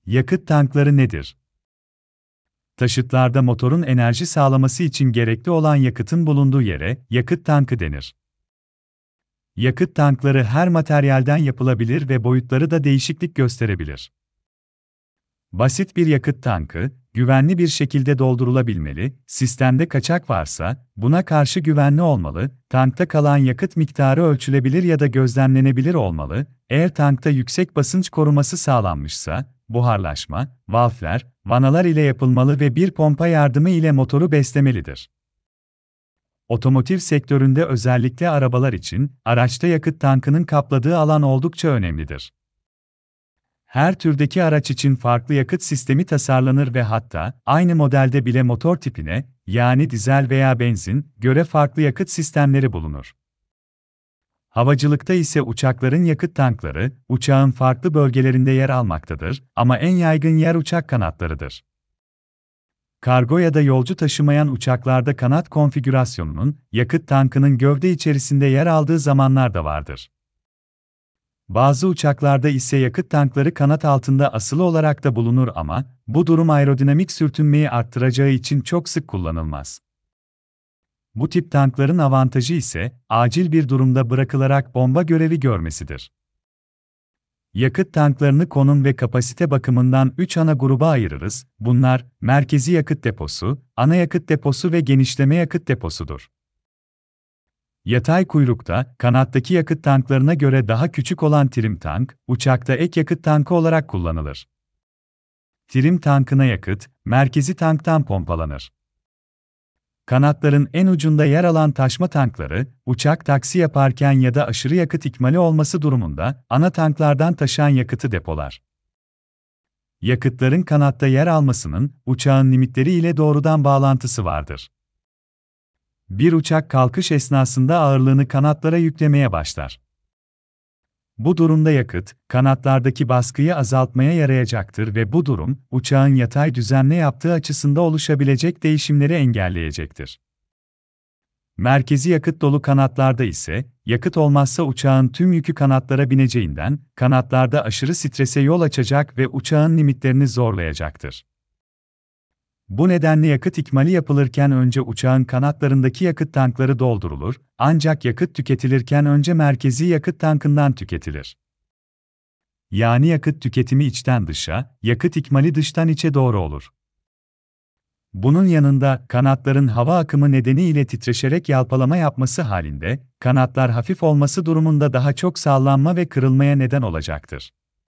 Yakıt tankları nedir? Taşıtlarda motorun enerji sağlaması için gerekli olan yakıtın bulunduğu yere yakıt tankı denir. Yakıt tankları her materyalden yapılabilir ve boyutları da değişiklik gösterebilir. Basit bir yakıt tankı, güvenli bir şekilde doldurulabilmeli, sistemde kaçak varsa, buna karşı güvenli olmalı, tankta kalan yakıt miktarı ölçülebilir ya da gözlemlenebilir olmalı, eğer tankta yüksek basınç koruması sağlanmışsa, buharlaşma, valfler, vanalar ile yapılmalı ve bir pompa yardımı ile motoru beslemelidir. Otomotiv sektöründe özellikle arabalar için, araçta yakıt tankının kapladığı alan oldukça önemlidir. Her türdeki araç için farklı yakıt sistemi tasarlanır ve hatta aynı modelde bile motor tipine, yani dizel veya benzin, göre farklı yakıt sistemleri bulunur. Havacılıkta ise uçakların yakıt tankları, uçağın farklı bölgelerinde yer almaktadır ama en yaygın yer uçak kanatlarıdır. Kargo ya da yolcu taşımayan uçaklarda kanat konfigürasyonunun, yakıt tankının gövde içerisinde yer aldığı zamanlar da vardır. Bazı uçaklarda ise yakıt tankları kanat altında asılı olarak da bulunur ama, bu durum aerodinamik sürtünmeyi arttıracağı için çok sık kullanılmaz. Bu tip tankların avantajı ise, acil bir durumda bırakılarak bomba görevi görmesidir. Yakıt tanklarını konum ve kapasite bakımından 3 ana gruba ayırırız, bunlar, merkezi yakıt deposu, ana yakıt deposu ve genişleme yakıt deposudur. Yatay kuyrukta, kanattaki yakıt tanklarına göre daha küçük olan trim tank, uçakta ek yakıt tankı olarak kullanılır. Trim tankına yakıt, merkezi tanktan pompalanır. Kanatların en ucunda yer alan taşma tankları, uçak taksi yaparken ya da aşırı yakıt ikmali olması durumunda, ana tanklardan taşan yakıtı depolar. Yakıtların kanatta yer almasının, uçağın limitleri ile doğrudan bağlantısı vardır. Bir uçak kalkış esnasında ağırlığını kanatlara yüklemeye başlar. Bu durumda yakıt, kanatlardaki baskıyı azaltmaya yarayacaktır ve bu durum, uçağın yatay düzenle yaptığı açısında oluşabilecek değişimleri engelleyecektir. Merkezi yakıt dolu kanatlarda ise, yakıt olmazsa uçağın tüm yükü kanatlara bineceğinden, kanatlarda aşırı strese yol açacak ve uçağın limitlerini zorlayacaktır. Bu nedenle yakıt ikmali yapılırken önce uçağın kanatlarındaki yakıt tankları doldurulur, ancak yakıt tüketilirken önce merkezi yakıt tankından tüketilir. Yani yakıt tüketimi içten dışa, yakıt ikmali dıştan içe doğru olur. Bunun yanında, kanatların hava akımı nedeniyle titreşerek yalpalama yapması halinde, kanatlar hafif olması durumunda daha çok sallanma ve kırılmaya neden olacaktır.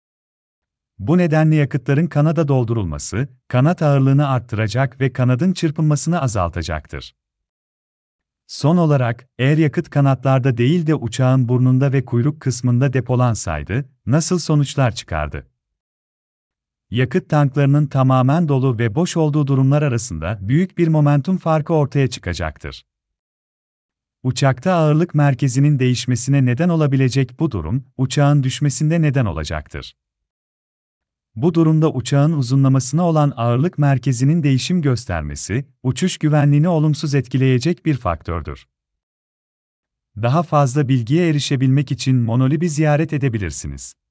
Bu nedenle yakıtların kanada doldurulması, kanat ağırlığını arttıracak ve kanadın çırpınmasını azaltacaktır. Son olarak, eğer yakıt kanatlarda değil de uçağın burnunda ve kuyruk kısmında depolansaydı, nasıl sonuçlar çıkardı? Yakıt tanklarının tamamen dolu ve boş olduğu durumlar arasında büyük bir momentum farkı ortaya çıkacaktır. Uçakta ağırlık merkezinin değişmesine neden olabilecek bu durum, uçağın düşmesinde neden olacaktır. Bu durumda uçağın uzunlamasına olan ağırlık merkezinin değişim göstermesi, uçuş güvenliğini olumsuz etkileyecek bir faktördür. Daha fazla bilgiye erişebilmek için Monolib'i ziyaret edebilirsiniz.